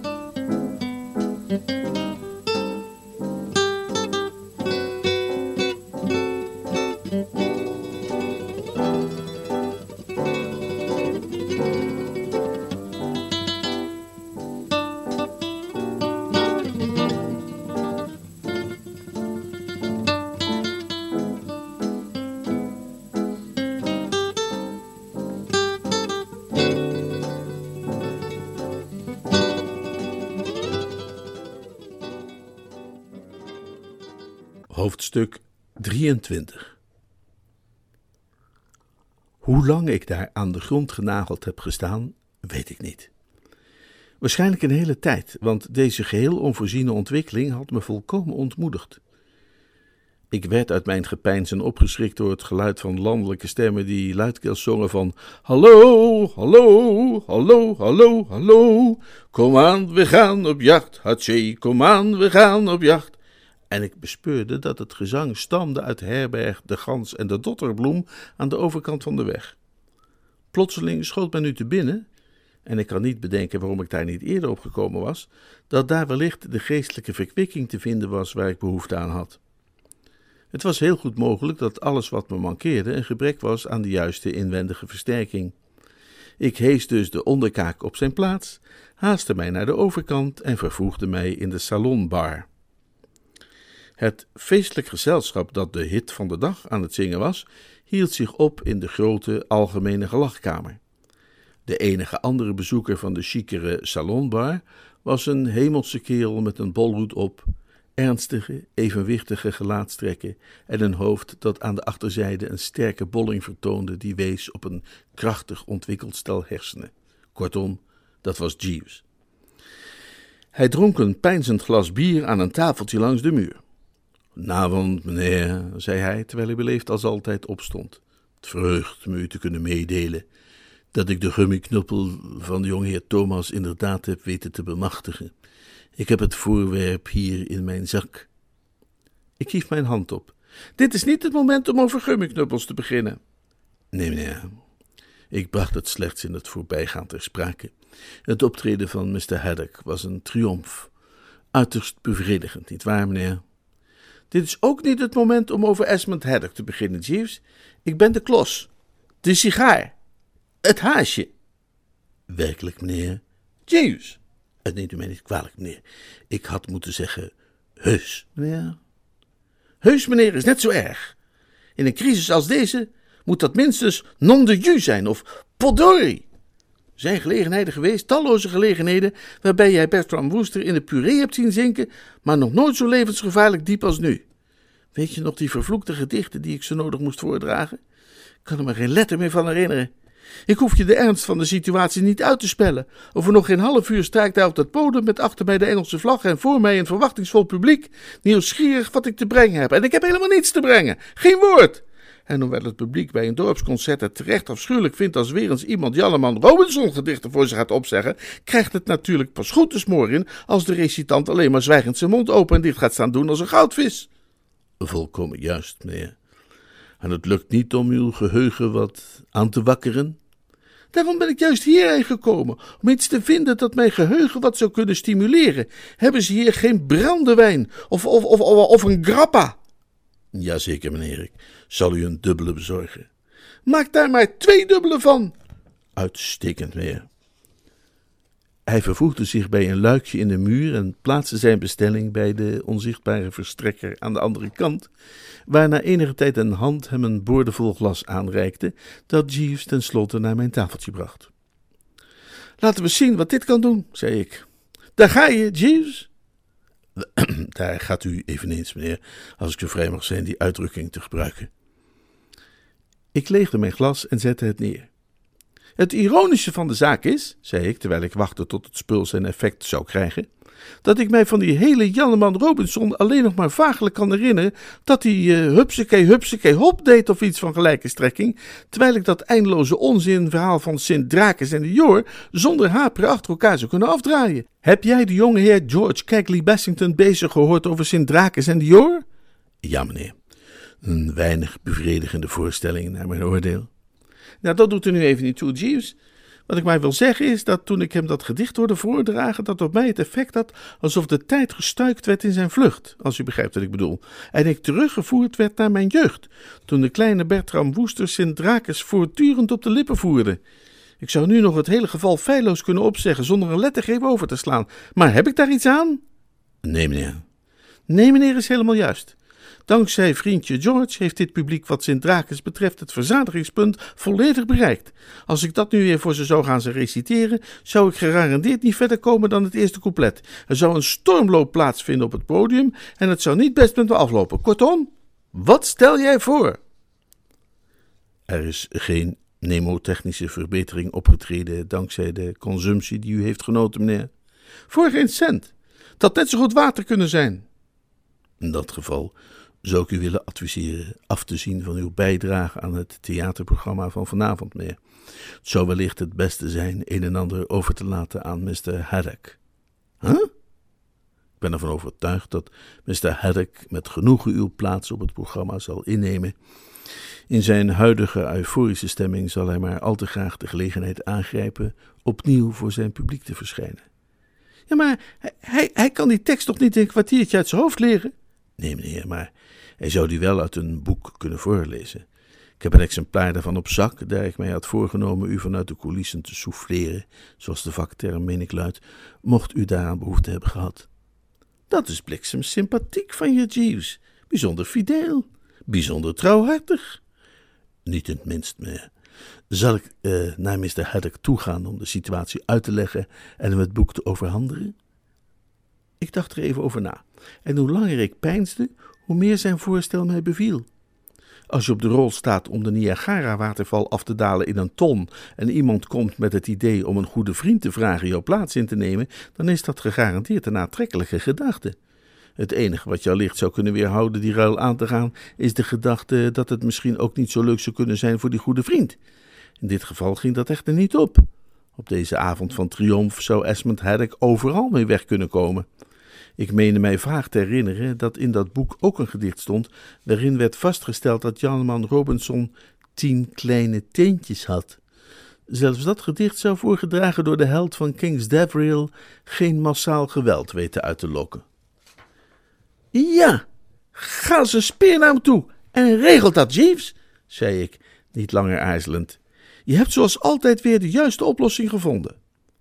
Hoofdstuk 23. Hoe lang ik daar aan de grond genageld heb gestaan, weet ik niet. Waarschijnlijk een hele tijd, want deze geheel onvoorziene ontwikkeling had me volkomen ontmoedigd. Ik werd uit mijn gepeinzen opgeschrikt door het geluid van landelijke stemmen die luidkeels zongen van hallo, hallo, hallo, hallo, hallo, kom aan, we gaan op jacht, hatsé, kom aan, we gaan op jacht. En ik bespeurde dat het gezang stamde uit herberg De Gans en de Dotterbloem aan de overkant van de weg. Plotseling schoot mij nu te binnen, en ik kan niet bedenken waarom ik daar niet eerder op gekomen was, dat daar wellicht de geestelijke verkwikking te vinden was waar ik behoefte aan had. Het was heel goed mogelijk dat alles wat me mankeerde een gebrek was aan de juiste inwendige versterking. Ik hees dus de onderkaak op zijn plaats, haastte mij naar de overkant en vervoegde mij in de salonbar. Het feestelijk gezelschap dat de hit van de dag aan het zingen was, hield zich op in de grote algemene gelachkamer. De enige andere bezoeker van de chicere salonbar was een hemelse kerel met een bolhoed op, ernstige, evenwichtige gelaatstrekken en een hoofd dat aan de achterzijde een sterke bolling vertoonde die wees op een krachtig ontwikkeld stel hersenen. Kortom, dat was Jeeves. Hij dronk een peinzend glas bier aan een tafeltje langs de muur. "Goedenavond, meneer," zei hij, terwijl hij beleefd als altijd opstond. "Het verheugt me u te kunnen meedelen dat ik de gummiknuppel van de jongeheer Thomas inderdaad heb weten te bemachtigen. Ik heb het voorwerp hier in mijn zak." Ik hief mijn hand op. "Dit is niet het moment om over gummiknuppels te beginnen." "Nee, meneer. Ik bracht het slechts in het voorbijgaan ter sprake. Het optreden van Mr. Haddock was een triomf. Uiterst bevredigend, nietwaar, meneer?" "Dit is ook niet het moment om over Esmond Haddock te beginnen, Jeeves. Ik ben de klos, de sigaar, het haasje." "Werkelijk, meneer?" "Jeeves." "Neemt u mij niet kwalijk, meneer. Ik had moeten zeggen, heus, meneer." "Heus, meneer, is net zo erg. In een crisis als deze moet dat minstens non de jus zijn of potdorie. Er zijn gelegenheden geweest, talloze gelegenheden, waarbij jij Bertram Wooster in de puree hebt zien zinken, maar nog nooit zo levensgevaarlijk diep als nu. Weet je nog die vervloekte gedichten die ik zo nodig moest voordragen? Ik kan er me geen letter meer van herinneren. Ik hoef je de ernst van de situatie niet uit te spellen. Over nog geen half uur sta ik daar op dat podium met achter mij de Engelse vlag en voor mij een verwachtingsvol publiek, nieuwsgierig wat ik te brengen heb. En ik heb helemaal niets te brengen. Geen woord. En hoewel het publiek bij een dorpsconcert het terecht afschuwelijk vindt als weer eens iemand Janneman Robinson gedichten voor zich gaat opzeggen, krijgt het natuurlijk pas goed de smoor in als de recitant alleen maar zwijgend zijn mond open en dicht gaat staan doen als een goudvis." "Volkomen juist, meneer. En het lukt niet om uw geheugen wat aan te wakkeren?" "Daarom ben ik juist hierheen gekomen, om iets te vinden dat mijn geheugen wat zou kunnen stimuleren. Hebben ze hier geen brandewijn of een grappa?" "Jazeker, meneer, ik zal u een dubbele bezorgen." "Maak daar maar 2 dubbele van." "Uitstekend, meneer." Hij vervoegde zich bij een luikje in de muur en plaatste zijn bestelling bij de onzichtbare verstrekker aan de andere kant, waar na enige tijd een hand hem een boordevol glas aanreikte, dat Jeeves tenslotte naar mijn tafeltje bracht. Laten we zien wat dit kan doen, zei ik. Daar ga je, Jeeves. Daar gaat u eveneens, meneer, als ik zo vrij mag zijn die uitdrukking te gebruiken. Ik leegde mijn glas en zette het neer. Het ironische van de zaak is, zei ik, terwijl ik wachtte tot het spul zijn effect zou krijgen, dat ik mij van die hele Janneman Robinson alleen nog maar vaaglijk kan herinneren dat hij hupsakee hop deed of iets van gelijke strekking, terwijl ik dat eindeloze onzinverhaal van Sint Drakes en de Jor zonder haperen achter elkaar zou kunnen afdraaien. Heb jij de jonge heer George Cagley Bassington bezig gehoord over Sint Drakes en de Jor? Ja, meneer. Een weinig bevredigende voorstelling naar mijn oordeel. Nou, dat doet er nu even niet toe, Jeeves. Wat ik maar wil zeggen is dat toen ik hem dat gedicht hoorde voordragen, dat op mij het effect had alsof de tijd gestuikt werd in zijn vlucht, als u begrijpt wat ik bedoel, en ik teruggevoerd werd naar mijn jeugd, toen de kleine Bertram Woester Sint Drakes voortdurend op de lippen voerde. Ik zou nu nog het hele geval feilloos kunnen opzeggen zonder een lettergreep over te slaan, maar heb ik daar iets aan? Nee, meneer. Nee, meneer is helemaal juist. Dankzij vriendje George heeft dit publiek wat Sint Drakes betreft het verzadigingspunt volledig bereikt. Als ik dat nu weer voor ze zou gaan reciteren, zou ik gegarandeerd niet verder komen dan het eerste couplet. Er zou een stormloop plaatsvinden op het podium en het zou niet best met me aflopen. Kortom, wat stel jij voor? Er is geen mnemotechnische verbetering opgetreden dankzij de consumptie die u heeft genoten, meneer. Voor geen cent. Het had net zo goed water kunnen zijn. In dat geval zou ik u willen adviseren af te zien van uw bijdrage aan het theaterprogramma van vanavond, meneer. Het zou wellicht het beste zijn een en ander over te laten aan Mr. Haddock. Huh? Ik ben ervan overtuigd dat Mr. Haddock met genoegen uw plaats op het programma zal innemen. In zijn huidige euforische stemming zal hij maar al te graag de gelegenheid aangrijpen opnieuw voor zijn publiek te verschijnen. Ja, maar hij kan die tekst toch niet in een kwartiertje uit zijn hoofd leren? Nee, meneer, maar hij zou die wel uit een boek kunnen voorlezen. Ik heb een exemplaar daarvan op zak, daar ik mij had voorgenomen u vanuit de coulissen te souffleren, zoals de vakterm meen ik luidt, mocht u daaraan behoefte hebben gehad. Dat is bliksem sympathiek van je, Jeeves. Bijzonder fideel, bijzonder trouwhartig. Niet in het minst, meneer. Zal ik naar Mr. Haddock toegaan om de situatie uit te leggen en hem het boek te overhandigen? Ik dacht er even over na, en hoe langer ik peinsde, hoe meer zijn voorstel mij beviel. Als je op de rol staat om de Niagara-waterval af te dalen in een ton en iemand komt met het idee om een goede vriend te vragen jouw plaats in te nemen, dan is dat gegarandeerd een aantrekkelijke gedachte. Het enige wat jou licht zou kunnen weerhouden die ruil aan te gaan, is de gedachte dat het misschien ook niet zo leuk zou kunnen zijn voor die goede vriend. In dit geval ging dat echter niet op. Op deze avond van triomf zou Esmond Haddock overal mee weg kunnen komen. Ik meende mij vaag te herinneren dat in dat boek ook een gedicht stond, waarin werd vastgesteld dat Janneman Robinson 10 kleine teentjes had. Zelfs dat gedicht zou voorgedragen door de held van King's Davriel geen massaal geweld weten uit te lokken. Ja, ga als een speer naar hem toe en regelt dat, Jeeves, zei ik, niet langer aarzelend. Je hebt zoals altijd weer de juiste oplossing gevonden.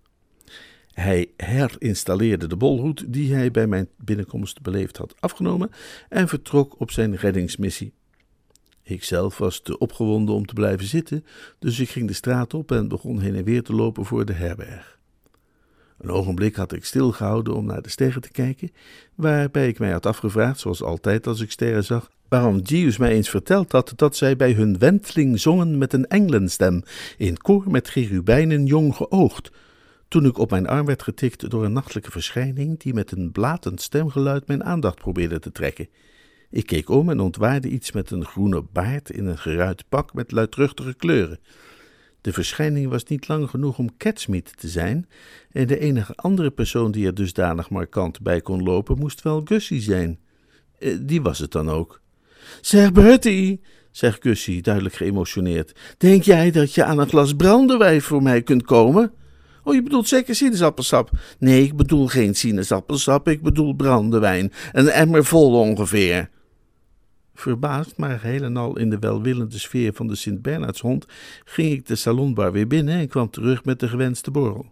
Hij herinstalleerde de bolhoed die hij bij mijn binnenkomst beleefd had afgenomen en vertrok op zijn reddingsmissie. Ikzelf was te opgewonden om te blijven zitten, dus ik ging de straat op en begon heen en weer te lopen voor de herberg. Een ogenblik had ik stilgehouden om naar de sterren te kijken, waarbij ik mij had afgevraagd, zoals altijd als ik sterren zag, waarom Jeeves mij eens verteld had dat zij bij hun wenteling zongen met een engelenstem, in koor met cherubijnen jong geoogd, toen ik op mijn arm werd getikt door een nachtelijke verschijning die met een blatend stemgeluid mijn aandacht probeerde te trekken. Ik keek om en ontwaarde iets met een groene baard in een geruit pak met luidruchtige kleuren. De verschijning was niet lang genoeg om Catsmeet te zijn en de enige andere persoon die er dusdanig markant bij kon lopen moest wel Gussie zijn. Die was het dan ook. Zeg Bertie, zegt Gussie, duidelijk geëmotioneerd, denk jij dat je aan een glas brandewijn voor mij kunt komen? Oh, je bedoelt zeker sinaasappelsap? Nee, ik bedoel geen sinaasappelsap, ik bedoel brandewijn. Een emmer vol ongeveer. Verbaasd, maar geheel en al in de welwillende sfeer van de Sint-Bernardshond, ging ik de salonbar weer binnen en kwam terug met de gewenste borrel.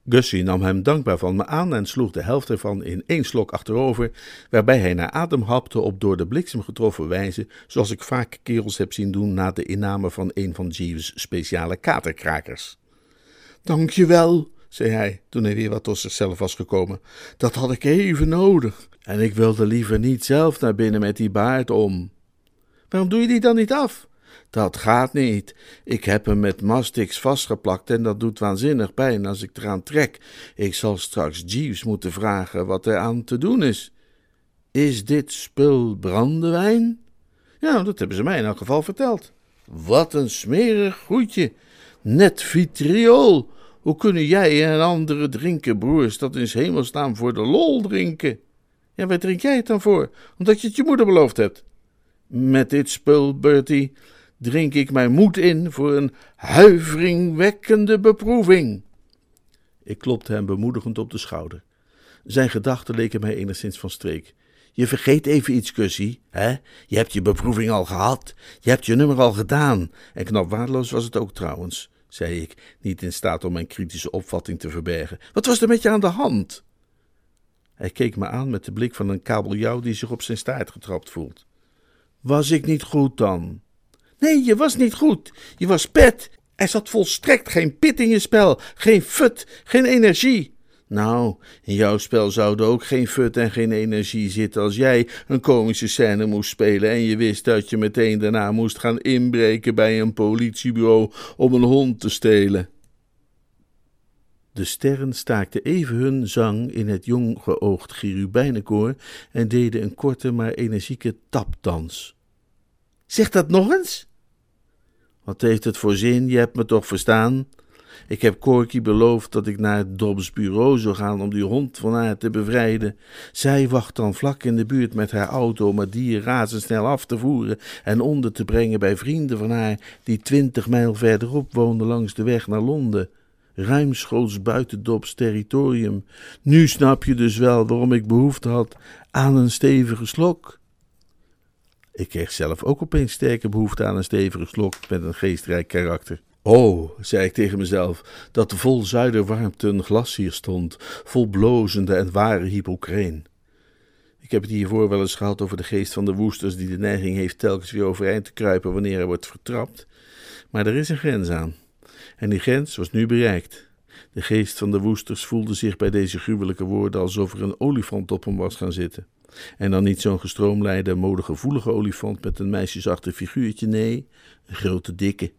Gussie nam hem dankbaar van me aan en sloeg de helft ervan in 1 slok achterover, waarbij hij naar adem hapte op door de bliksem getroffen wijze, zoals ik vaak kerels heb zien doen na de inname van een van Jeeves' speciale katerkrakers. Dankjewel, zei hij, toen hij weer wat tot zichzelf was gekomen. Dat had ik even nodig. En ik wilde liever niet zelf naar binnen met die baard om. Waarom doe je die dan niet af? Dat gaat niet. Ik heb hem met mastix vastgeplakt en dat doet waanzinnig pijn als ik eraan trek. Ik zal straks Jeeves moeten vragen wat er aan te doen is. Is dit spul brandewijn? Ja, dat hebben ze mij in elk geval verteld. Wat een smerig goedje. Net vitriool. Hoe kunnen jij en anderen drinken, broers, dat in 's hemelsnaam voor de lol drinken? Ja, waar drink jij het dan voor? Omdat je het je moeder beloofd hebt. Met dit spul, Bertie, drink ik mijn moed in voor een huiveringwekkende beproeving. Ik klopte hem bemoedigend op de schouder. Zijn gedachten leken mij enigszins van streek. Je vergeet even iets, Gussie, hè? Je hebt je beproeving al gehad, je hebt je nummer al gedaan. En knap waardeloos was het ook trouwens, zei ik, niet in staat om mijn kritische opvatting te verbergen. Wat was er met je aan de hand? Hij keek me aan met de blik van een kabeljauw die zich op zijn staart getrapt voelt. Was ik niet goed dan? Nee, je was niet goed. Je was pet. Er zat volstrekt geen pit in je spel, geen fut, geen energie. Nou, in jouw spel zouden ook geen fut en geen energie zitten als jij een komische scène moest spelen en je wist dat je meteen daarna moest gaan inbreken bij een politiebureau om een hond te stelen. De sterren staakten even hun zang in het jong geoogd cherubijnenkoor en deden een korte maar energieke tapdans. Zeg dat nog eens? Wat heeft het voor zin, je hebt me toch verstaan? Ik heb Corky beloofd dat ik naar Dobbs bureau zou gaan om die hond van haar te bevrijden. Zij wacht dan vlak in de buurt met haar auto om het dier razendsnel af te voeren en onder te brengen bij vrienden van haar die 20 mijl verderop woonden langs de weg naar Londen. Ruimschoots buiten Dobbs territorium. Nu snap je dus wel waarom ik behoefte had aan een stevige slok. Ik kreeg zelf ook opeens sterke behoefte aan een stevige slok met een geestrijk karakter. Oh, zei ik tegen mezelf, dat vol zuiderwarmte een glas hier stond, vol blozende en ware hypocreen. Ik heb het hiervoor wel eens gehad over de geest van de Woesters die de neiging heeft telkens weer overeind te kruipen wanneer hij wordt vertrapt. Maar er is een grens aan. En die grens was nu bereikt. De geest van de Woesters voelde zich bij deze gruwelijke woorden alsof er een olifant op hem was gaan zitten. En dan niet zo'n gestroomlijnde, modegevoelige olifant met een meisjesachtig figuurtje, nee, een grote dikke.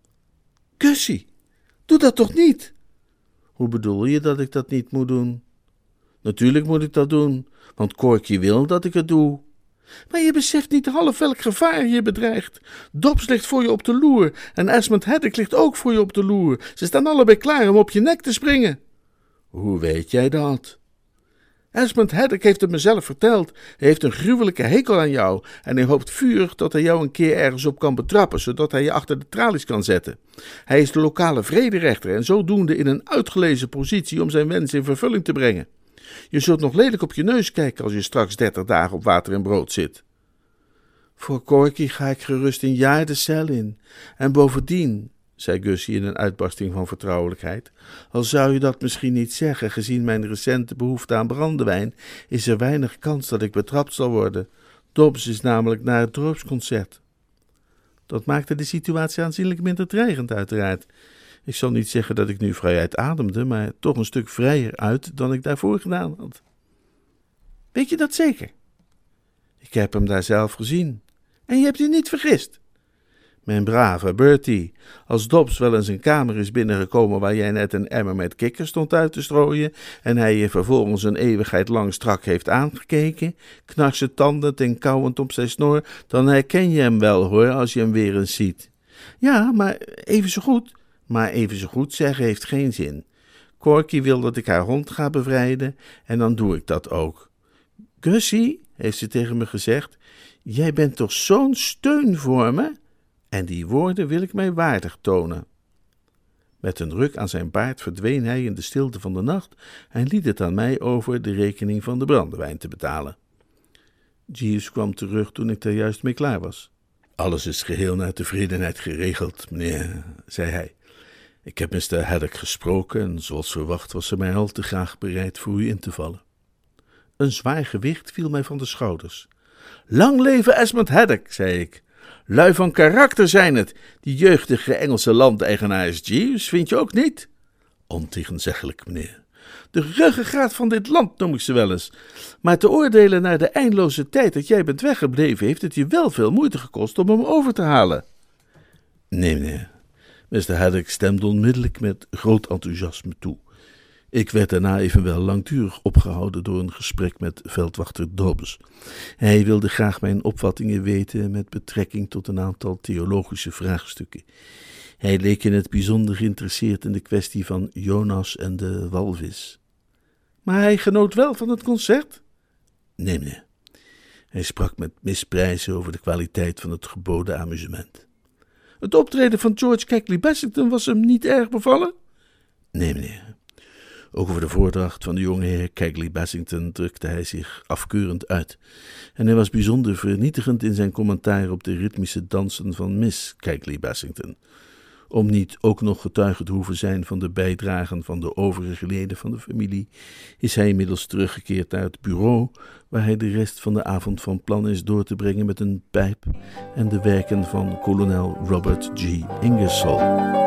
Gussie, doe dat toch niet? Hoe bedoel je dat ik dat niet moet doen? Natuurlijk moet ik dat doen, want Corky wil dat ik het doe. Maar je beseft niet half welk gevaar je bedreigt. Dobbs ligt voor je op de loer en Esmond Haddock ligt ook voor je op de loer. Ze staan allebei klaar om op je nek te springen. Hoe weet jij dat? Esmond Haddock heeft het mezelf verteld. Hij heeft een gruwelijke hekel aan jou en hij hoopt vurig dat hij jou een keer ergens op kan betrappen, zodat hij je achter de tralies kan zetten. Hij is de lokale vrederechter en zodoende in een uitgelezen positie om zijn wens in vervulling te brengen. Je zult nog lelijk op je neus kijken als je straks 30 dagen op water en brood zit. Voor Corky ga ik gerust een jaar de cel in. En bovendien, zei Gussie in een uitbarsting van vertrouwelijkheid, al zou je dat misschien niet zeggen, gezien mijn recente behoefte aan brandewijn, is er weinig kans dat ik betrapt zal worden. Dobbs is namelijk naar het dorpsconcert. Dat maakte de situatie aanzienlijk minder dreigend, uiteraard. Ik zal niet zeggen dat ik nu vrijuit ademde, maar toch een stuk vrijer uit dan ik daarvoor gedaan had. Weet je dat zeker? Ik heb hem daar zelf gezien. En je hebt je niet vergist. Mijn brave Bertie, als Dobbs wel in zijn kamer is binnengekomen waar jij net een emmer met kikkers stond uit te strooien en hij je vervolgens een eeuwigheid lang strak heeft aangekeken, knarsetandend en kauwend op zijn snor, dan herken je hem wel hoor, als je hem weer eens ziet. Ja, maar even zo goed. Maar even zo goed zeggen heeft geen zin. Corky wil dat ik haar hond ga bevrijden en dan doe ik dat ook. Gussie, heeft ze tegen me gezegd, jij bent toch zo'n steun voor me? En die woorden wil ik mij waardig tonen. Met een ruk aan zijn baard verdween hij in de stilte van de nacht en liet het aan mij over de rekening van de brandewijn te betalen. Jeeves kwam terug toen ik daar juist mee klaar was. Alles is geheel naar tevredenheid geregeld, meneer, zei hij. Ik heb Mr. Haddock gesproken en zoals verwacht was ze mij al te graag bereid voor u in te vallen. Een zwaar gewicht viel mij van de schouders. Lang leven Esmond Haddock, zei ik. Lui van karakter zijn het, die jeugdige Engelse landeigenaars, Jeeves, vind je ook niet? Ontegenzeggelijk, meneer. De ruggengraat van dit land noem ik ze wel eens. Maar te oordelen naar de eindeloze tijd dat jij bent weggebleven, heeft het je wel veel moeite gekost om hem over te halen. Nee, meneer. Mr. Haddock stemde onmiddellijk met groot enthousiasme toe. Ik werd daarna evenwel langdurig opgehouden door een gesprek met veldwachter Dobbs. Hij wilde graag mijn opvattingen weten met betrekking tot een aantal theologische vraagstukken. Hij leek in het bijzonder geïnteresseerd in de kwestie van Jonas en de walvis. Maar hij genoot wel van het concert? Nee, meneer. Hij sprak met misprijzen over de kwaliteit van het geboden amusement. Het optreden van George Cagley Bassington was hem niet erg bevallen? Nee, meneer. Ook over de voordracht van de jonge heer Cagley Bassington drukte hij zich afkeurend uit. En hij was bijzonder vernietigend in zijn commentaar op de ritmische dansen van Miss Cagley Bassington. Om niet ook nog getuige te hoeven zijn van de bijdragen van de overige leden van de familie, is hij inmiddels teruggekeerd naar het bureau, waar hij de rest van de avond van plan is door te brengen met een pijp en de werken van kolonel Robert G. Ingersoll.